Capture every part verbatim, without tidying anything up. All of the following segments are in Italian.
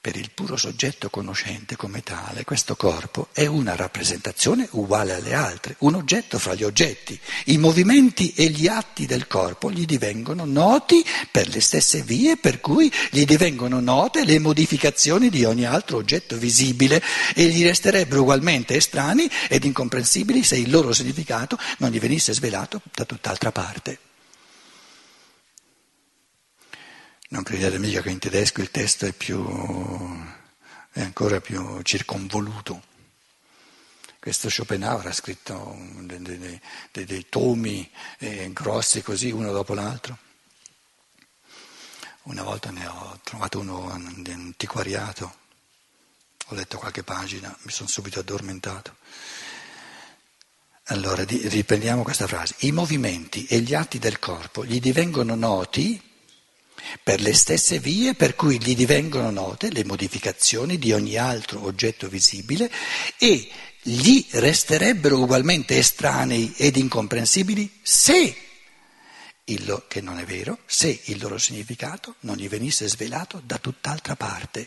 Per il puro soggetto conoscente come tale, questo corpo è una rappresentazione uguale alle altre, un oggetto fra gli oggetti. I movimenti e gli atti del corpo gli divengono noti per le stesse vie per cui gli divengono note le modificazioni di ogni altro oggetto visibile e gli resterebbero ugualmente estranei ed incomprensibili se il loro significato non gli venisse svelato da tutt'altra parte. Non credete mica che in tedesco il testo è più, è ancora più circonvoluto. Questo Schopenhauer ha scritto dei, dei, dei, dei tomi eh, grossi così, uno dopo l'altro. Una volta ne ho trovato uno di antiquariato, ho letto qualche pagina, mi sono subito addormentato. Allora, di, riprendiamo questa frase. I movimenti e gli atti del corpo gli divengono noti per le stesse vie per cui gli divengono note le modificazioni di ogni altro oggetto visibile e gli resterebbero ugualmente estranei ed incomprensibili se, il lo, che non è vero, se il loro significato non gli venisse svelato da tutt'altra parte.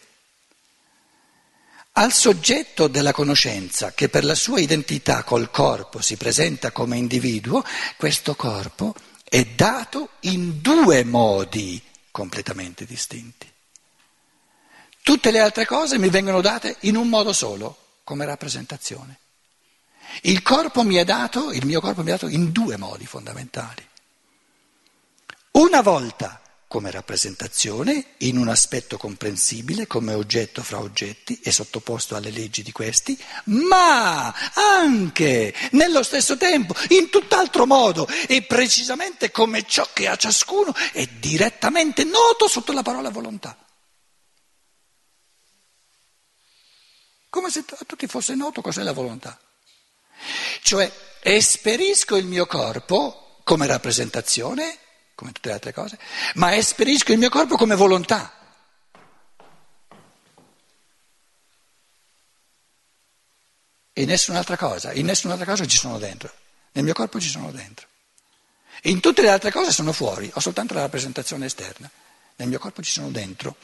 Al soggetto della conoscenza che per la sua identità col corpo si presenta come individuo, questo corpo è dato in due modi completamente distinti. Tutte le altre cose mi vengono date in un modo solo, come rappresentazione. Il corpo mi è dato, il mio corpo mi è dato in due modi fondamentali. Una volta come rappresentazione, in un aspetto comprensibile, come oggetto fra oggetti e sottoposto alle leggi di questi, ma anche nello stesso tempo, in tutt'altro modo e precisamente come ciò che a ciascuno è direttamente noto sotto la parola volontà. Come se a tutti fosse noto cos'è la volontà. Cioè, esperisco il mio corpo come rappresentazione, come tutte le altre cose, ma esperisco il mio corpo come volontà. E nessun'altra cosa, in nessun'altra cosa ci sono dentro, nel mio corpo ci sono dentro. In tutte le altre cose sono fuori, ho soltanto la rappresentazione esterna, nel mio corpo ci sono dentro.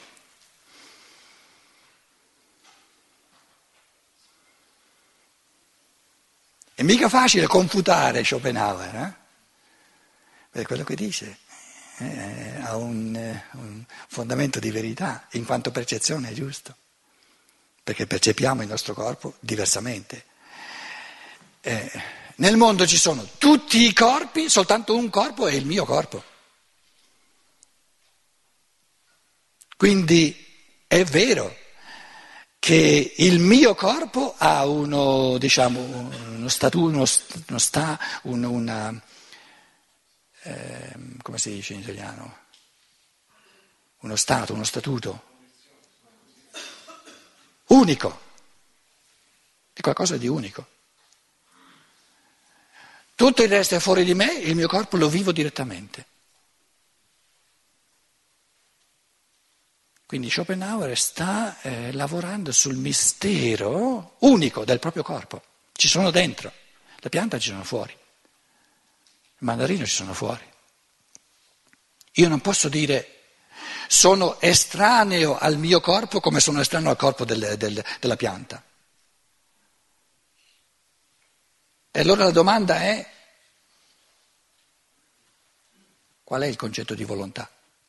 È mica facile confutare Schopenhauer, eh? Perché quello che dice eh, ha un, eh, un fondamento di verità, in quanto percezione è giusto, perché percepiamo il nostro corpo diversamente. Eh, nel mondo ci sono tutti i corpi, soltanto un corpo è il mio corpo. Quindi è vero che il mio corpo ha uno, diciamo, uno statuto, uno, uno sta, un, una... Eh, come si dice in italiano? Uno stato, uno statuto unico, è qualcosa di unico. Tutto il resto è fuori di me, il mio corpo lo vivo direttamente. Quindi Schopenhauer sta eh, lavorando sul mistero unico del proprio corpo. Ci sono dentro, la pianta ci sono fuori. Il mandarino ci sono fuori. Io non posso dire sono estraneo al mio corpo come sono estraneo al corpo del, del, della pianta. E allora la domanda è: qual è il concetto di volontà?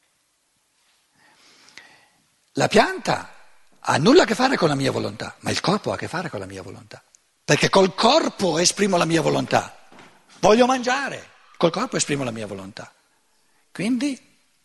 La pianta ha nulla a che fare con la mia volontà, ma il corpo ha a che fare con la mia volontà. Perché col corpo esprimo la mia volontà. Voglio mangiare. Col corpo esprimo la mia volontà. Quindi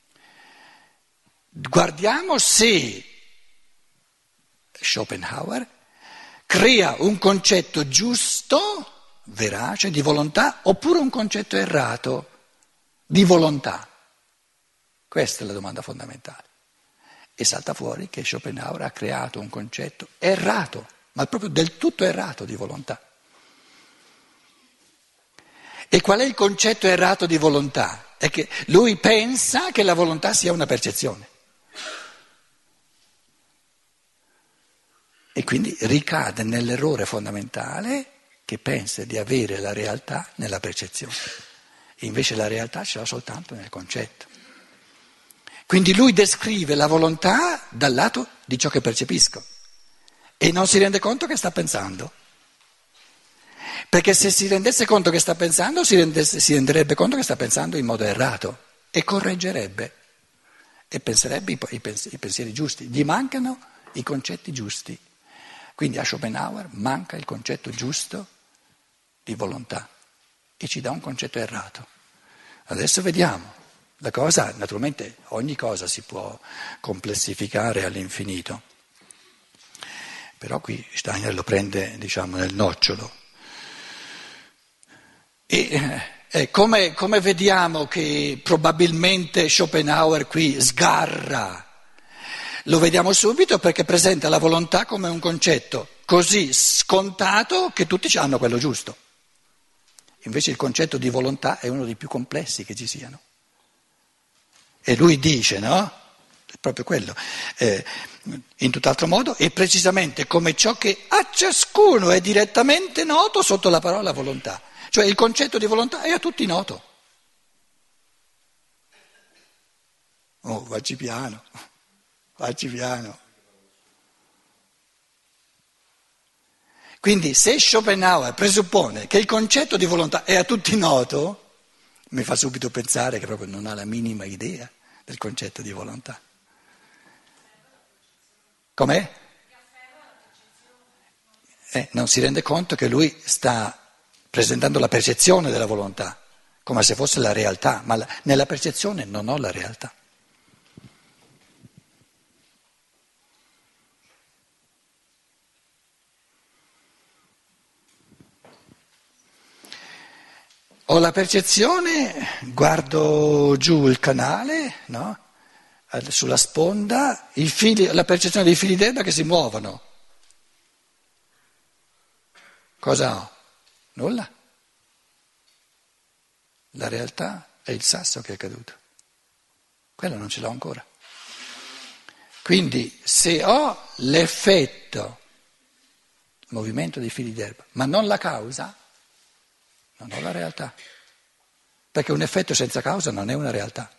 guardiamo se Schopenhauer crea un concetto giusto, verace, di volontà, oppure un concetto errato di volontà. Questa è la domanda fondamentale. E salta fuori che Schopenhauer ha creato un concetto errato, ma proprio del tutto errato di volontà. E qual è il concetto errato di volontà? È che lui pensa che la volontà sia una percezione. E quindi ricade nell'errore fondamentale che pensa di avere la realtà nella percezione. E invece la realtà ce l'ha soltanto nel concetto. Quindi lui descrive la volontà dal lato di ciò che percepisco e non si rende conto che sta pensando. Perché se si rendesse conto che sta pensando, si, rendesse, si renderebbe conto che sta pensando in modo errato e correggerebbe e penserebbe i, i, pens- i pensieri giusti. Gli mancano i concetti giusti. Quindi a Schopenhauer manca il concetto giusto di volontà e ci dà un concetto errato. Adesso vediamo. La cosa, naturalmente, ogni cosa si può complessificare all'infinito, però qui Steiner lo prende, diciamo, nel nocciolo. E eh, come, come vediamo che probabilmente Schopenhauer qui sgarra? Lo vediamo subito perché presenta la volontà come un concetto così scontato che tutti hanno quello giusto. Invece il concetto di volontà è uno dei più complessi che ci siano. E lui dice, no? È proprio quello, eh, in tutt'altro modo, è precisamente come ciò che a ciascuno è direttamente noto sotto la parola volontà. Cioè il concetto di volontà è a tutti noto. Oh, vacci piano, vacci piano. Quindi se Schopenhauer presuppone che il concetto di volontà è a tutti noto, mi fa subito pensare che proprio non ha la minima idea del concetto di volontà. Com'è? Eh, non si rende conto che lui sta presentando la percezione della volontà, come se fosse la realtà, ma la, nella percezione non ho la realtà. Ho la percezione, guardo giù il canale, no? Sulla sponda, i fili, la percezione dei fili d'erba che si muovono. Cosa ho? Nulla. La realtà è il sasso che è caduto. Quello non ce l'ho ancora. Quindi se ho l'effetto, il movimento dei fili d'erba, ma non la causa, non ho la realtà. Perché un effetto senza causa non è una realtà.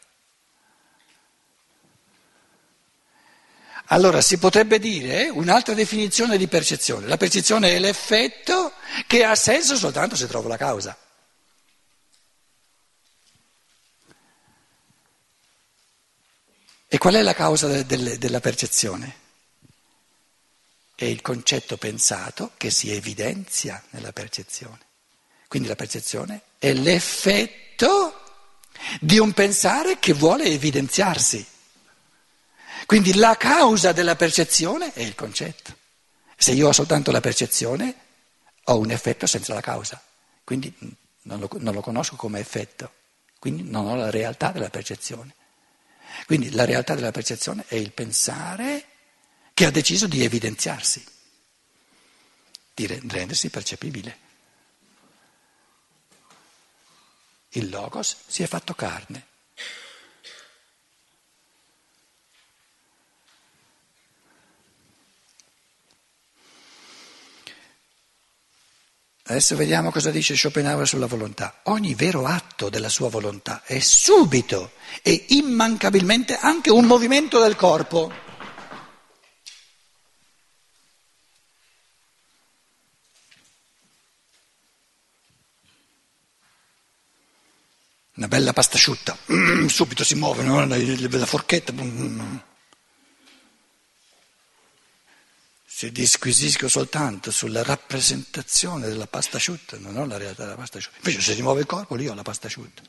Allora si potrebbe dire un'altra definizione di percezione. La percezione è l'effetto che ha senso soltanto se trovo la causa. E qual è la causa de- de- della percezione? È il concetto pensato che si evidenzia nella percezione. Quindi la percezione è l'effetto di un pensare che vuole evidenziarsi. Quindi la causa della percezione è il concetto. Se io ho soltanto la percezione, ho un effetto senza la causa. Quindi non lo, non lo conosco come effetto. Quindi non ho la realtà della percezione. Quindi la realtà della percezione è il pensare che ha deciso di evidenziarsi, di rendersi percepibile. Il logos si è fatto carne. Adesso vediamo cosa dice Schopenhauer sulla volontà. Ogni vero atto della sua volontà è subito e immancabilmente anche un movimento del corpo. Una bella pasta asciutta, mm, subito si muove, no? La forchetta. Mm. Se disquisisco soltanto sulla rappresentazione della pasta asciutta, non ho la realtà della pasta asciutta. Invece se si muove il corpo, lì ho la pasta asciutta.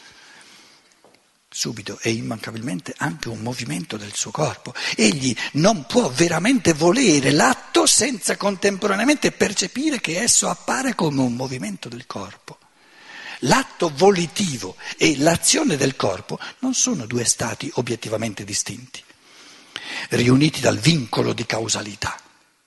Subito e immancabilmente anche un movimento del suo corpo. Egli non può veramente volere l'atto senza contemporaneamente percepire che esso appare come un movimento del corpo. L'atto volitivo e l'azione del corpo non sono due stati obiettivamente distinti, riuniti dal vincolo di causalità,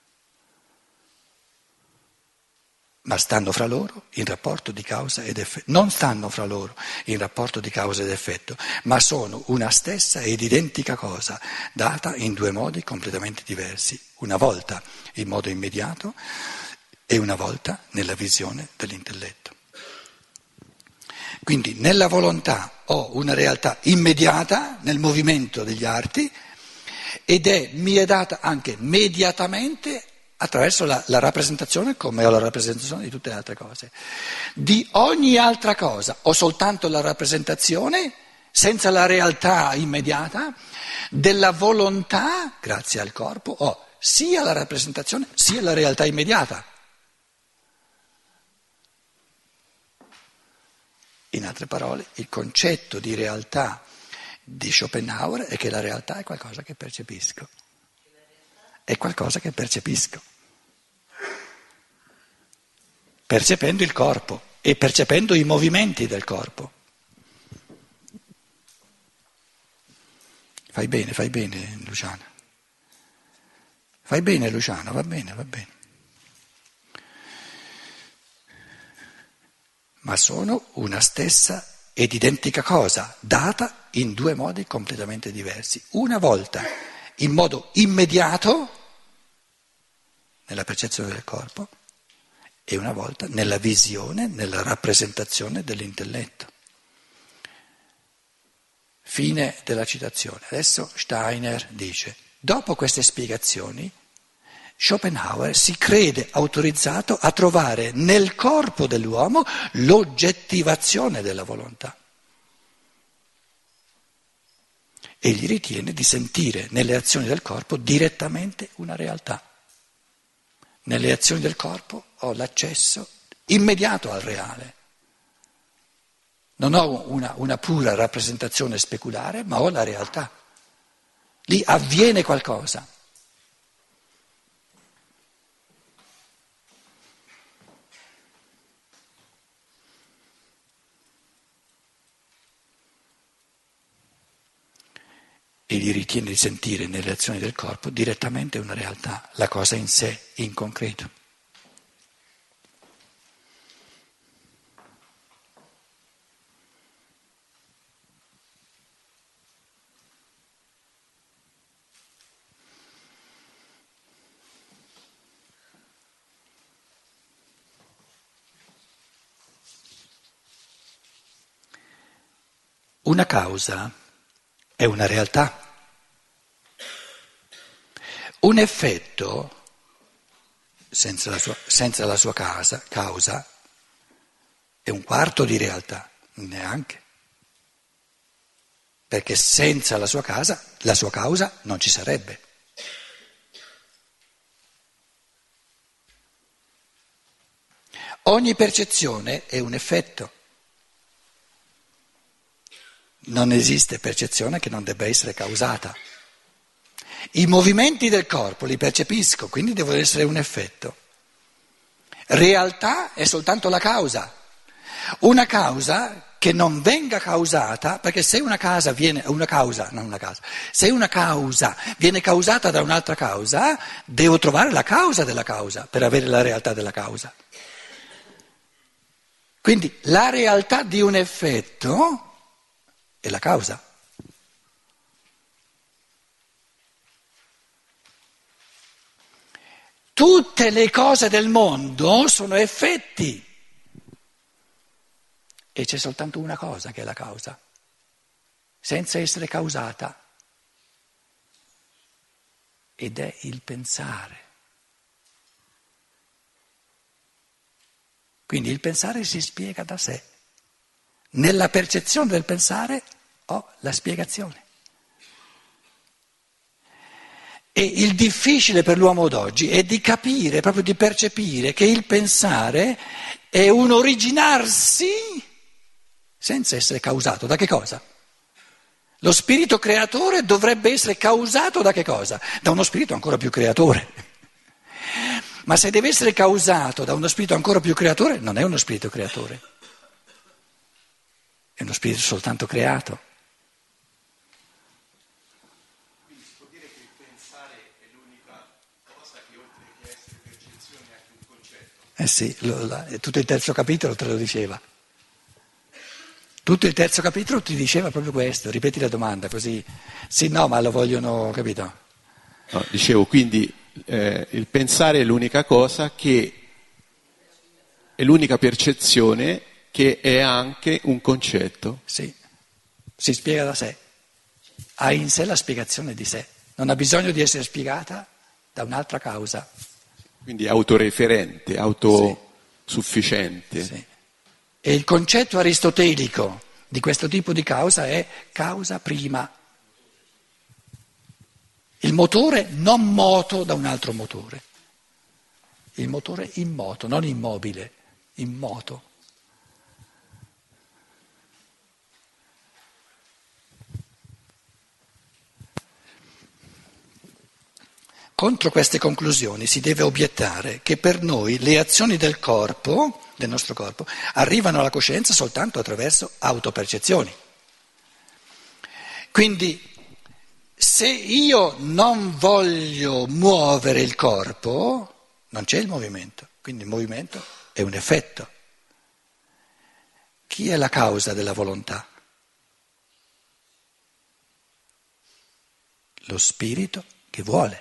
ma stanno fra loro in rapporto di causa ed effetto. Non stanno fra loro in rapporto di causa ed effetto, ma sono una stessa ed identica cosa, data in due modi completamente diversi, una volta in modo immediato e una volta nella visione dell'intelletto. Quindi nella volontà ho una realtà immediata nel movimento degli arti ed è, mi è data anche mediatamente attraverso la, la rappresentazione, come ho la rappresentazione di tutte le altre cose. Di ogni altra cosa ho soltanto la rappresentazione, senza la realtà immediata, della volontà, grazie al corpo, ho sia la rappresentazione sia la realtà immediata. In altre parole, il concetto di realtà di Schopenhauer è che la realtà è qualcosa che percepisco. È qualcosa che percepisco. Percependo il corpo e percependo i movimenti del corpo. Fai bene, fai bene, Luciana. Fai bene, Luciano, va bene, va bene. Ma sono una stessa ed identica cosa, data in due modi completamente diversi. Una volta in modo immediato, nella percezione del corpo, e una volta nella visione, nella rappresentazione dell'intelletto. Fine della citazione. Adesso Steiner dice, dopo queste spiegazioni, Schopenhauer si crede autorizzato a trovare nel corpo dell'uomo l'oggettivazione della volontà. Egli ritiene di sentire nelle azioni del corpo direttamente una realtà. Nelle azioni del corpo ho l'accesso immediato al reale. Non ho una, una pura rappresentazione speculare, ma ho la realtà. Lì avviene qualcosa. Egli ritiene di sentire nelle azioni del corpo direttamente una realtà, la cosa in sé, in concreto. Una causa è una realtà. Un effetto, senza la sua, senza la sua casa, causa, è un quarto di realtà, neanche. Perché senza la sua casa, la sua causa non ci sarebbe. Ogni percezione è un effetto. Non esiste percezione che non debba essere causata. I movimenti del corpo li percepisco, quindi devono essere un effetto. Realtà è soltanto la causa. Una causa che non venga causata, perché se una causa viene, una causa, non una causa, se una causa viene causata da un'altra causa, devo trovare la causa della causa per avere la realtà della causa. Quindi la realtà di un effetto è la causa. Tutte le cose del mondo sono effetti e c'è soltanto una cosa che è la causa, senza essere causata, ed è il pensare. Quindi il pensare si spiega da sé. Nella percezione del pensare ho la spiegazione. E il difficile per l'uomo d'oggi è di capire, proprio di percepire che il pensare è un originarsi senza essere causato. Da che cosa? Lo spirito creatore dovrebbe essere causato da che cosa? Da uno spirito ancora più creatore. Ma se deve essere causato da uno spirito ancora più creatore, non è uno spirito creatore. È uno spirito soltanto creato. Quindi si può dire che il pensare è l'unica cosa che oltre che essere percezione è anche un concetto. Eh sì, lo, la, tutto il terzo capitolo te lo diceva. Tutto il terzo capitolo ti diceva proprio questo. Ripeti la domanda così. Sì, no, ma lo vogliono, capito? No, dicevo, quindi eh, il pensare è l'unica cosa che è l'unica percezione che è anche un concetto. Sì, si spiega da sé, ha in sé la spiegazione di sé. non ha bisogno di essere spiegata da un'altra causa. Quindi autoreferente, autosufficiente. Sì. Sì. E il concetto aristotelico di questo tipo di causa è causa prima. Il motore non moto da un altro motore. Il motore in moto, non immobile, in moto. Contro queste conclusioni si deve obiettare che per noi le azioni del corpo, del nostro corpo, arrivano alla coscienza soltanto attraverso autopercezioni. Quindi, se io non voglio muovere il corpo, non c'è il movimento, quindi il movimento è un effetto. Chi è la causa della volontà? Lo spirito che vuole.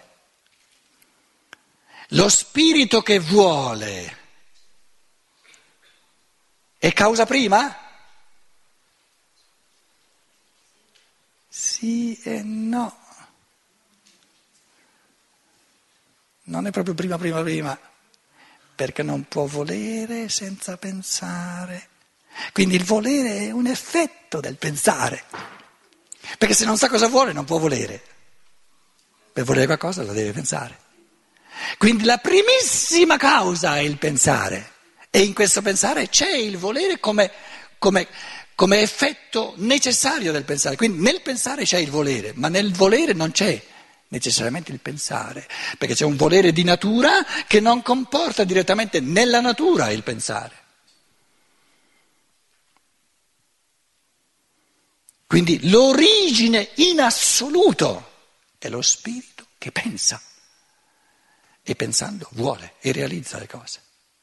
Lo spirito che vuole è causa prima? Sì e no. Non è proprio prima, prima, prima, perché non può volere senza pensare. Quindi il volere è un effetto del pensare, perché se non sa cosa vuole non può volere. Per volere qualcosa lo deve pensare. Quindi la primissima causa è il pensare e in questo pensare c'è il volere come, come, come effetto necessario del pensare. Quindi nel pensare c'è il volere, ma nel volere non c'è necessariamente il pensare, perché c'è un volere di natura che non comporta direttamente nella natura il pensare. Quindi l'origine in assoluto è lo spirito che pensa. E pensando vuole e realizza le cose.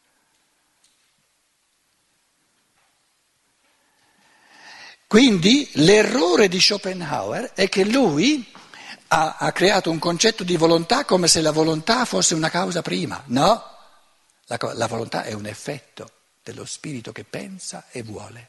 Quindi l'errore di Schopenhauer è che lui ha, ha creato un concetto di volontà come se la volontà fosse una causa prima. No, la, la volontà è un effetto dello spirito che pensa e vuole.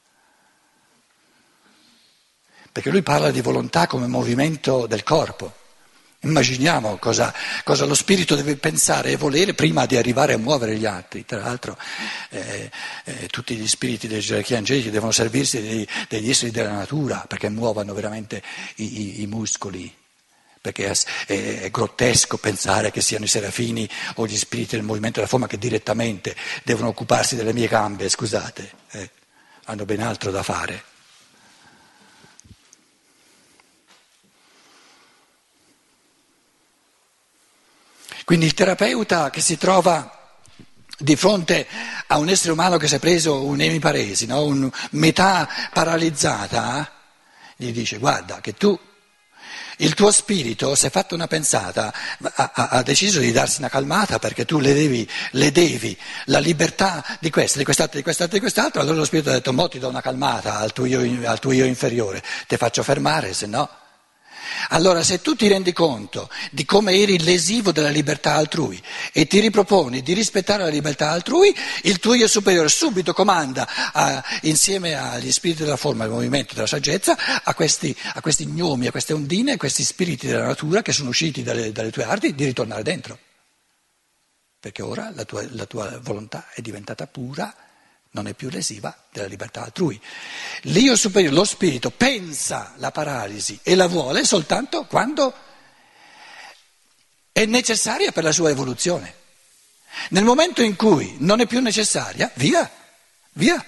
Perché lui parla di volontà come movimento del corpo. Immaginiamo cosa, cosa lo spirito deve pensare e volere prima di arrivare a muovere gli altri. Tra l'altro eh, eh, tutti gli spiriti delle gerarchie angeliche devono servirsi dei, degli esseri della natura perché muovano veramente i, i, i muscoli, perché è, è, è grottesco pensare che siano i serafini o gli spiriti del movimento della forma che direttamente devono occuparsi delle mie gambe, scusate, eh, hanno ben altro da fare. Quindi il terapeuta che si trova di fronte a un essere umano che si è preso un'emiparesi, no? Un metà paralizzata, gli dice: guarda che tu, il tuo spirito si è fatto una pensata, ha, ha, ha deciso di darsi una calmata perché tu le devi, le devi la libertà di questo, di quest'altro, di quest'altro, di quest'altro. Allora lo spirito ha detto: mo ti do una calmata al tuo io, al tuo io inferiore, ti faccio fermare, se no... Allora, se tu ti rendi conto di come eri lesivo della libertà altrui e ti riproponi di rispettare la libertà altrui, il tuo io superiore subito comanda, a, insieme agli spiriti della forma, al movimento della saggezza, a questi, a questi gnomi, a queste ondine, a questi spiriti della natura che sono usciti dalle, dalle tue arti, di ritornare dentro. Perché ora la tua, la tua volontà è diventata pura, non è più lesiva della libertà altrui. L'io superiore, lo spirito, pensa la paralisi e la vuole soltanto quando è necessaria per la sua evoluzione. Nel momento in cui non è più necessaria, via, via.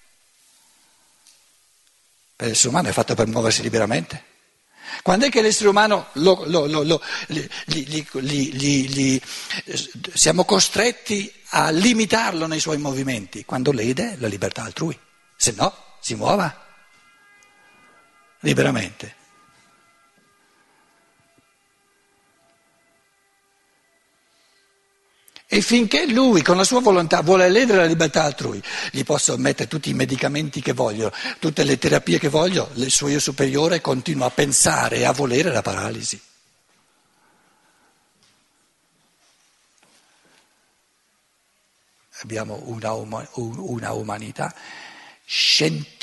Per l'essere umano è fatto per muoversi liberamente. Quando è che l'essere umano lo, lo, lo, lo, li, li, li, li, li, siamo costretti a limitarlo nei suoi movimenti? Quando lede la libertà altrui, se no si muova liberamente. E finché lui con la sua volontà vuole ledere la libertà altrui, gli posso mettere tutti i medicamenti che voglio, tutte le terapie che voglio, il suo io superiore continua a pensare e a volere la paralisi. Abbiamo una, uma, una umanità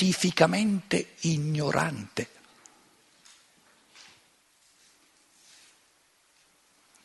scientificamente ignorante.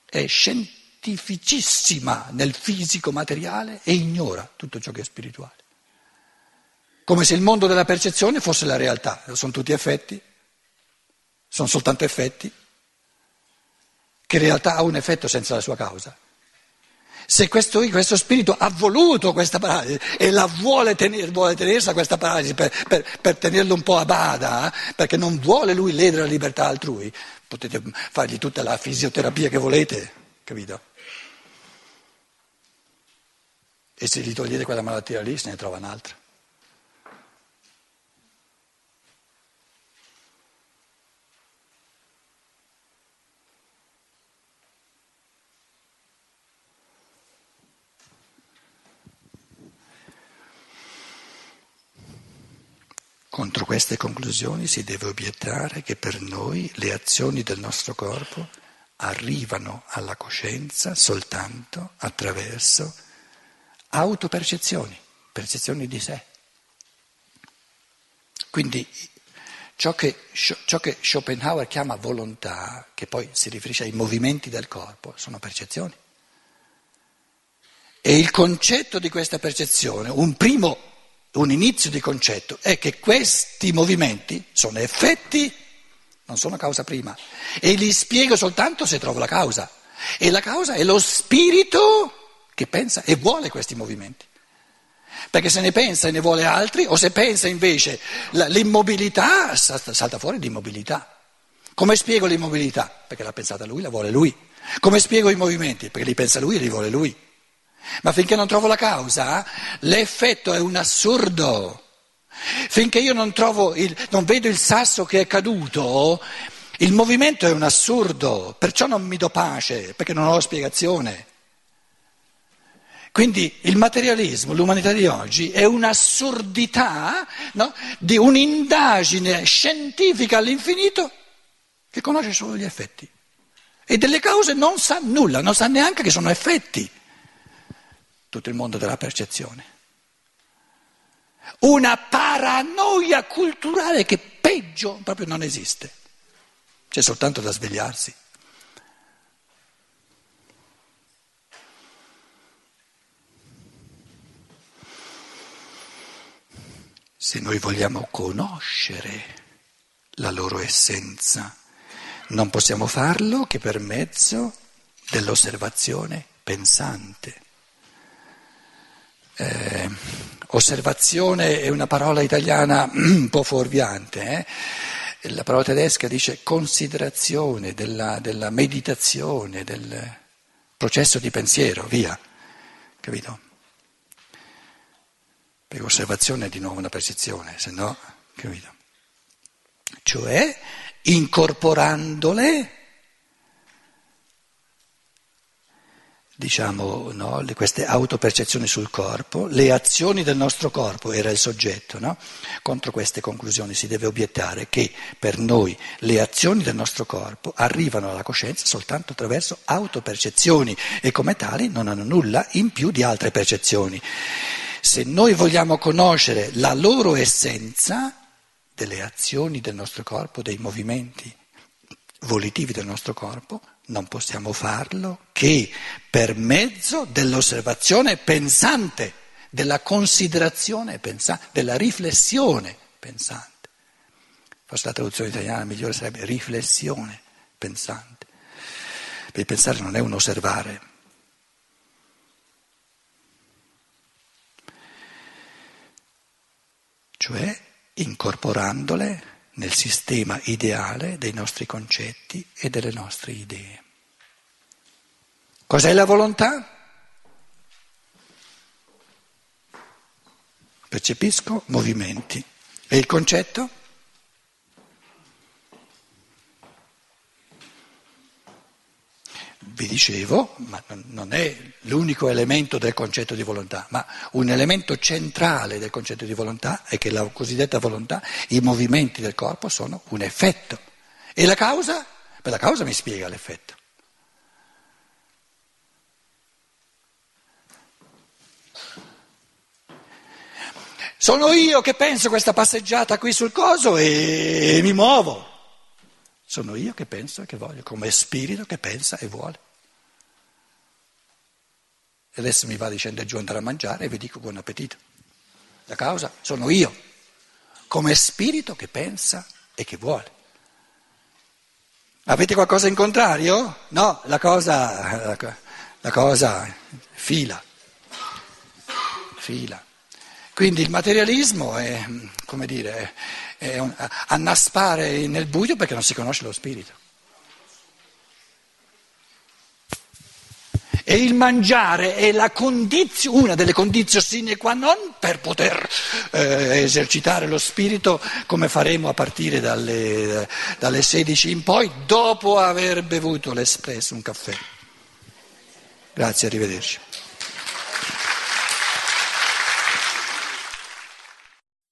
è scientificissima nel fisico materiale e ignora tutto ciò che è spirituale. Come se il mondo della percezione fosse la realtà, sono tutti effetti, sono soltanto effetti, che in realtà ha un effetto senza la sua causa. Se questo, questo spirito ha voluto questa paralisi e la vuole tenere, vuole tenersi a questa paralisi per, per, per tenerlo un po' a bada, eh, perché non vuole lui ledere la libertà altrui, potete fargli tutta la fisioterapia che volete, capito? E se gli togliete quella malattia lì se ne trova un'altra. Contro queste conclusioni si deve obiettare che per noi le azioni del nostro corpo arrivano alla coscienza soltanto attraverso autopercezioni, percezioni di sé. Quindi ciò che, ciò che Schopenhauer chiama volontà, che poi si riferisce ai movimenti del corpo, sono percezioni. E il concetto di questa percezione, un primo Un inizio di concetto è che questi movimenti sono effetti, non sono causa prima, e li spiego soltanto se trovo la causa. E la causa è lo spirito che pensa e vuole questi movimenti. Perché se ne pensa e ne vuole altri, o se pensa invece l'immobilità, salta fuori l'immobilità. Come spiego l'immobilità? Perché l'ha pensata lui, la vuole lui. Come spiego i movimenti? Perché li pensa lui e li vuole lui. Ma finché non trovo la causa, l'effetto è un assurdo. Finché io non trovo il, non vedo il sasso che è caduto, il movimento è un assurdo, perciò non mi do pace, perché non ho spiegazione. Quindi il materialismo, l'umanità di oggi, è un'assurdità, no? Di un'indagine scientifica all'infinito che conosce solo gli effetti. E delle cause non sa nulla, non sa neanche che sono effetti. Tutto il mondo della percezione. Una paranoia culturale che peggio proprio non esiste. C'è soltanto da svegliarsi. Se noi vogliamo conoscere la loro essenza, non possiamo farlo che per mezzo dell'osservazione pensante. Eh, osservazione è una parola italiana un po' fuorviante, eh? La parola tedesca dice considerazione della, della meditazione, del processo di pensiero, via, capito? Perché osservazione è di nuovo una percezione, se no, capito? Cioè incorporandole, diciamo, no, queste autopercezioni sul corpo, le azioni del nostro corpo era il soggetto, no? Contro queste conclusioni si deve obiettare che per noi le azioni del nostro corpo arrivano alla coscienza soltanto attraverso autopercezioni e come tali non hanno nulla in più di altre percezioni. Se noi vogliamo conoscere la loro essenza delle azioni del nostro corpo, dei movimenti volitivi del nostro corpo, non possiamo farlo che per mezzo dell'osservazione pensante, della considerazione pensante, della riflessione pensante. Forse la traduzione italiana migliore sarebbe riflessione pensante. Perché pensare non è un osservare. Cioè incorporandole nel sistema ideale dei nostri concetti e delle nostre idee. Cos'è la volontà? Percepisco movimenti. E il concetto? Vi dicevo, ma non è l'unico elemento del concetto di volontà, ma un elemento centrale del concetto di volontà è che la cosiddetta volontà, i movimenti del corpo sono un effetto. E la causa? Per la causa mi spiega l'effetto. Sono io che penso questa passeggiata qui sul coso e mi muovo. Sono io che penso e che voglio, come spirito che pensa e vuole. adesso mi va di scendere giù, andare a mangiare e vi dico buon appetito. La causa sono io, come spirito che pensa e che vuole. Avete qualcosa in contrario? No, la cosa, la cosa fila, fila. Quindi il materialismo è, come dire, è un, annaspare nel buio perché non si conosce lo spirito. E il mangiare è la condizio, una delle condizioni sine qua non per poter eh, esercitare lo spirito come faremo a partire dalle, dalle sedici in poi, dopo aver bevuto l'espresso, un caffè. Grazie, arrivederci.